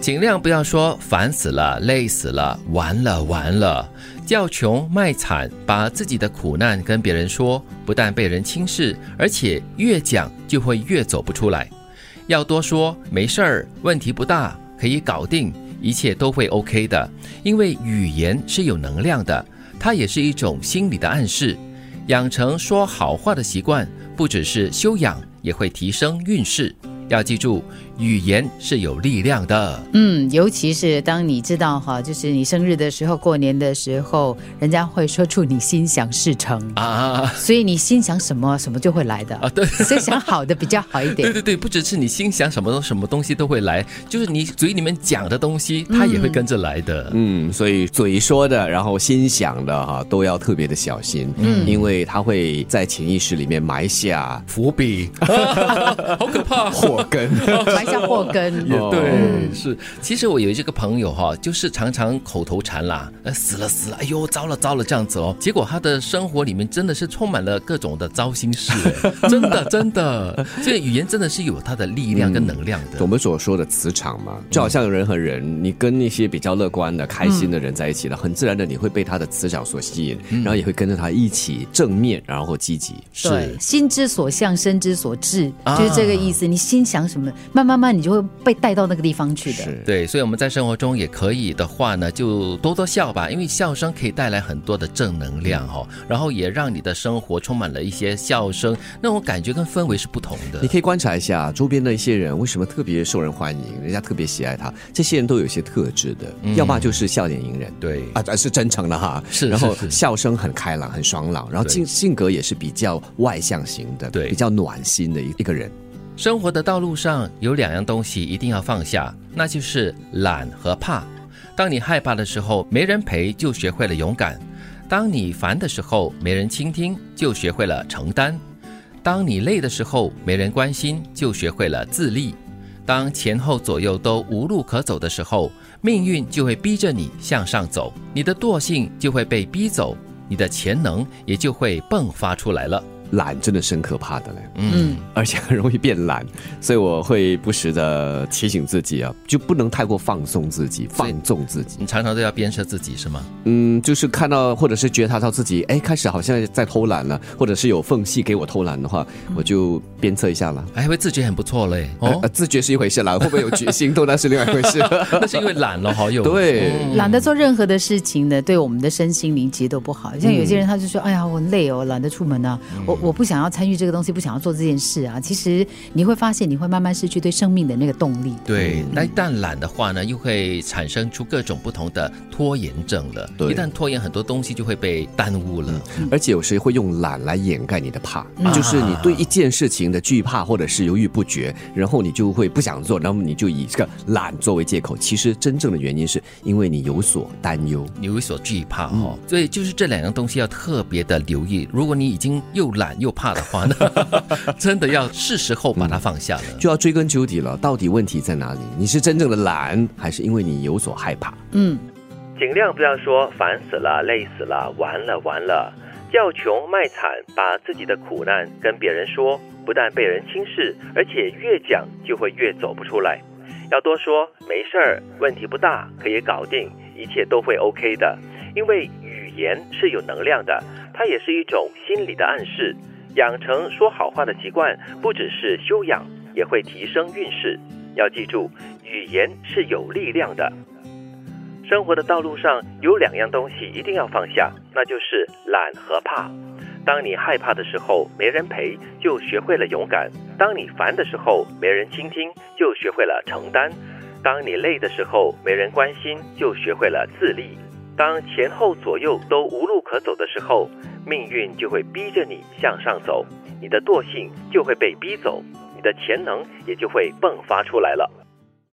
尽量不要说烦死了、累死了、完了，叫穷卖惨，把自己的苦难跟别人说，不但被人轻视，而且越讲就会越走不出来。要多说没事儿，问题不大，可以搞定，一切都会 OK 的，因为语言是有能量的，它也是一种心理的暗示。养成说好话的习惯，不只是修养，也会提升运势。要记住，语言是有力量的。 尤其是当你知道就是你生日的时候、过年的时候，人家会说出你心想事成啊，所以你心想什么，什么就会来的啊。对，所以想好的比较好一点。 对，不只是你心想什么东西都会来，就是你嘴里面讲的东西，它也会跟着来的。 所以嘴说的，然后心想的都要特别的小心，因为它会在潜意识里面埋下伏笔，好可怕， 祸根， 埋下祸根。 也对，是。其实我有这个朋友就是常常口头禅啦，死了，哎呦，糟了这样子哦。结果他的生活里面真的是充满了各种的糟心事，真的。所以语言真的是有它的力量跟能量的。 我们所说的磁场嘛，就好像人和人，你跟那些比较乐观的、开心的人在一起了，很自然的你会被他的磁场所吸引，然后也会跟着他一起正面，然后积极。 对，心之所向，身之所至，就是这个意思。你心想什么，慢慢你就会被带到那个地方去的。 对，所以我们在生活中也可以的话呢，就多多笑吧，因为笑声可以带来很多的正能量然后也让你的生活充满了一些笑声，那种感觉跟氛围是不同的。 你可以观察一下周边的一些人为什么特别受人欢迎，人家特别喜爱他，这些人都有一些特质的，要么就是笑脸迎人， 对是真诚的是， 然后笑声很开朗、很爽朗，然后性格也是比较外向型的，对，比较暖心的一个人。 生活的道路上有2样东西一定要放下，那就是懒和怕。当你害怕的时候，没人陪，就学会了勇敢；当你烦的时候，没人倾听，就学会了承担；当你累的时候，没人关心，就学会了自立；当前后左右都无路可走的时候，命运就会逼着你向上走，你的惰性就会被逼走，你的潜能也就会迸发出来了。 懒真的是很可怕的嘞，而且很容易变懒，所以我会不时的提醒自己就不能太过放松自己、放纵自己。 你常常都要鞭策自己是吗？ 就是看到或者是觉察到自己开始好像在偷懒了，或者是有缝隙给我偷懒的话，我就鞭策一下了。 还会自觉很不错嘞。 自觉是一回事啦，会不会有行动那是另外一回事。 那是因为懒了对， 懒得做任何的事情呢，对我们的身心灵其实都不好。像有些人他就说哎呀我很累懒得出门我不想要参与这个东西，不想要做这件事其实你会发现你会慢慢失去对生命的那个动力。 对，那一旦懒的话呢，又会产生出各种不同的拖延症了。一旦拖延，很多东西就会被耽误了。 而且有时会用懒来掩盖你的怕，就是你对一件事情的惧怕或者是犹豫不决，然后你就会不想做，然后你就以这个懒作为借口。其实真正的原因是因为你有所担忧， 你有所惧怕所以就是这2样东西要特别的留意。如果你已经又懒又怕的话呢，真的要是时候把它放下了， 就要追根究底了。到底问题在哪里？你是真正的懒，还是因为你有所害怕？ 尽量不要说烦死了、累死了、完了，叫穷卖惨，把自己的苦难跟别人说，不但被人轻视，而且越讲就会越走不出来。要多说没事儿，问题不大，可以搞定，一切都会 OK 的，因为语言是有能量的，它也是一种心理的暗示。养成说好话的习惯，不只是修养，也会提升运势。要记住，语言是有力量的。生活的道路上有2样东西一定要放下，那就是懒和怕。当你害怕的时候，没人陪，就学会了勇敢；当你烦的时候，没人倾听，就学会了承担；当你累的时候，没人关心，就学会了自立。当前后左右都无路可走的时候，命运就会逼着你向上走，你的惰性就会被逼走，你的潜能也就会迸发出来了。